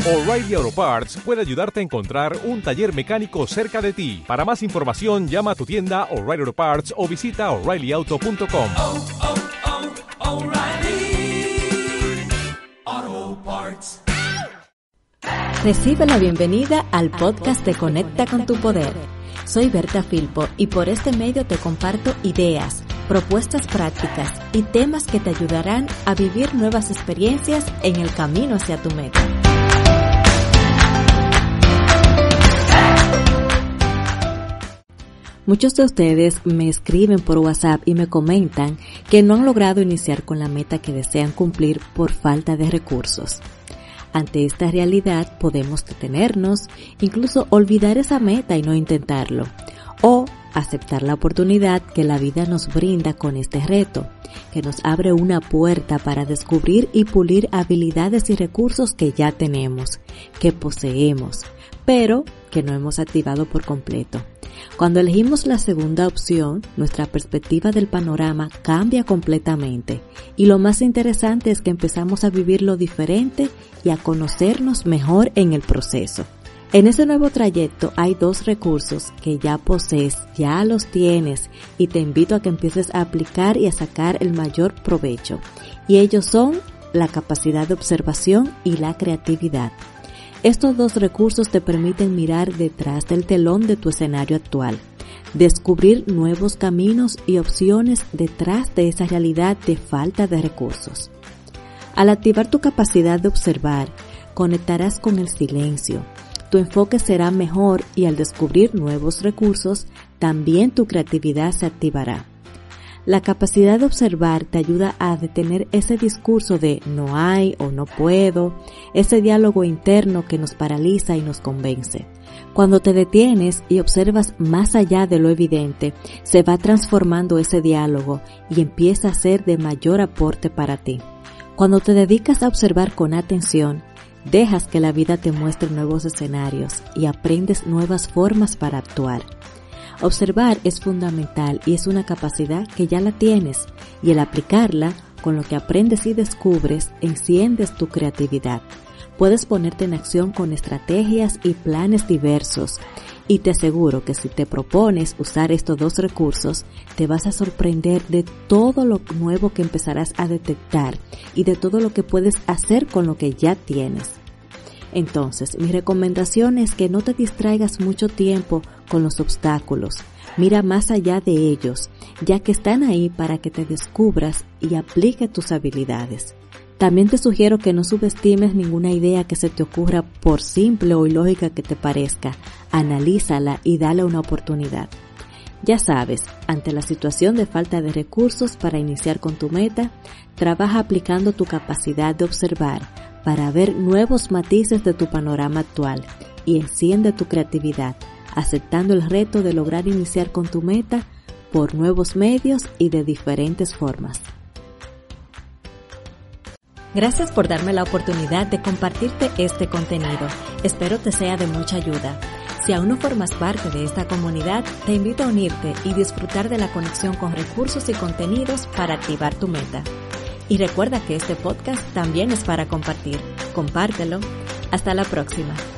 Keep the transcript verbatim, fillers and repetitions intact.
O'Reilly Auto Parts puede ayudarte a encontrar un taller mecánico cerca de ti. Para más información, llama a tu tienda O'Reilly Auto Parts o visita O'Reilly Auto punto com. Oh, oh, oh, O'Reilly Auto Parts. Recibe la bienvenida al podcast de Conecta con tu Poder. Soy Berta Filpo y por este medio te comparto ideas, propuestas prácticas y temas que te ayudarán a vivir nuevas experiencias en el camino hacia tu meta. Muchos de ustedes me escriben por WhatsApp y me comentan que no han logrado iniciar con la meta que desean cumplir por falta de recursos. Ante esta realidad podemos detenernos, incluso olvidar esa meta y no intentarlo, o aceptar la oportunidad que la vida nos brinda con este reto, que nos abre una puerta para descubrir y pulir habilidades y recursos que ya tenemos, que poseemos, pero que no hemos activado por completo. Cuando elegimos la segunda opción, nuestra perspectiva del panorama cambia completamente y lo más interesante es que empezamos a vivirlo diferente y a conocernos mejor en el proceso. En ese nuevo trayecto hay dos recursos que ya posees, ya los tienes y te invito a que empieces a aplicar y a sacar el mayor provecho. Y ellos son la capacidad de observación y la creatividad. Estos dos recursos te permiten mirar detrás del telón de tu escenario actual, descubrir nuevos caminos y opciones detrás de esa realidad de falta de recursos. Al activar tu capacidad de observar, conectarás con el silencio, tu enfoque será mejor y al descubrir nuevos recursos, también tu creatividad se activará. La capacidad de observar te ayuda a detener ese discurso de no hay o no puedo, ese diálogo interno que nos paraliza y nos convence. Cuando te detienes y observas más allá de lo evidente, se va transformando ese diálogo y empieza a ser de mayor aporte para ti. Cuando te dedicas a observar con atención, dejas que la vida te muestre nuevos escenarios y aprendes nuevas formas para actuar. Observar es fundamental y es una capacidad que ya la tienes y al aplicarla, con lo que aprendes y descubres, enciendes tu creatividad. Puedes ponerte en acción con estrategias y planes diversos y te aseguro que si te propones usar estos dos recursos, te vas a sorprender de todo lo nuevo que empezarás a detectar y de todo lo que puedes hacer con lo que ya tienes. Entonces, mi recomendación es que no te distraigas mucho tiempo con los obstáculos. Mira más allá de ellos, ya que están ahí para que te descubras y apliques tus habilidades. También te sugiero que no subestimes ninguna idea que se te ocurra por simple o ilógica que te parezca. Analízala y dale una oportunidad. Ya sabes, ante la situación de falta de recursos para iniciar con tu meta, trabaja aplicando tu capacidad de observar para ver nuevos matices de tu panorama actual y enciende tu creatividad, aceptando el reto de lograr iniciar con tu meta por nuevos medios y de diferentes formas. Gracias por darme la oportunidad de compartirte este contenido. Espero te sea de mucha ayuda. Si aún no formas parte de esta comunidad, te invito a unirte y disfrutar de la conexión con recursos y contenidos para activar tu meta. Y recuerda que este podcast también es para compartir. Compártelo. Hasta la próxima.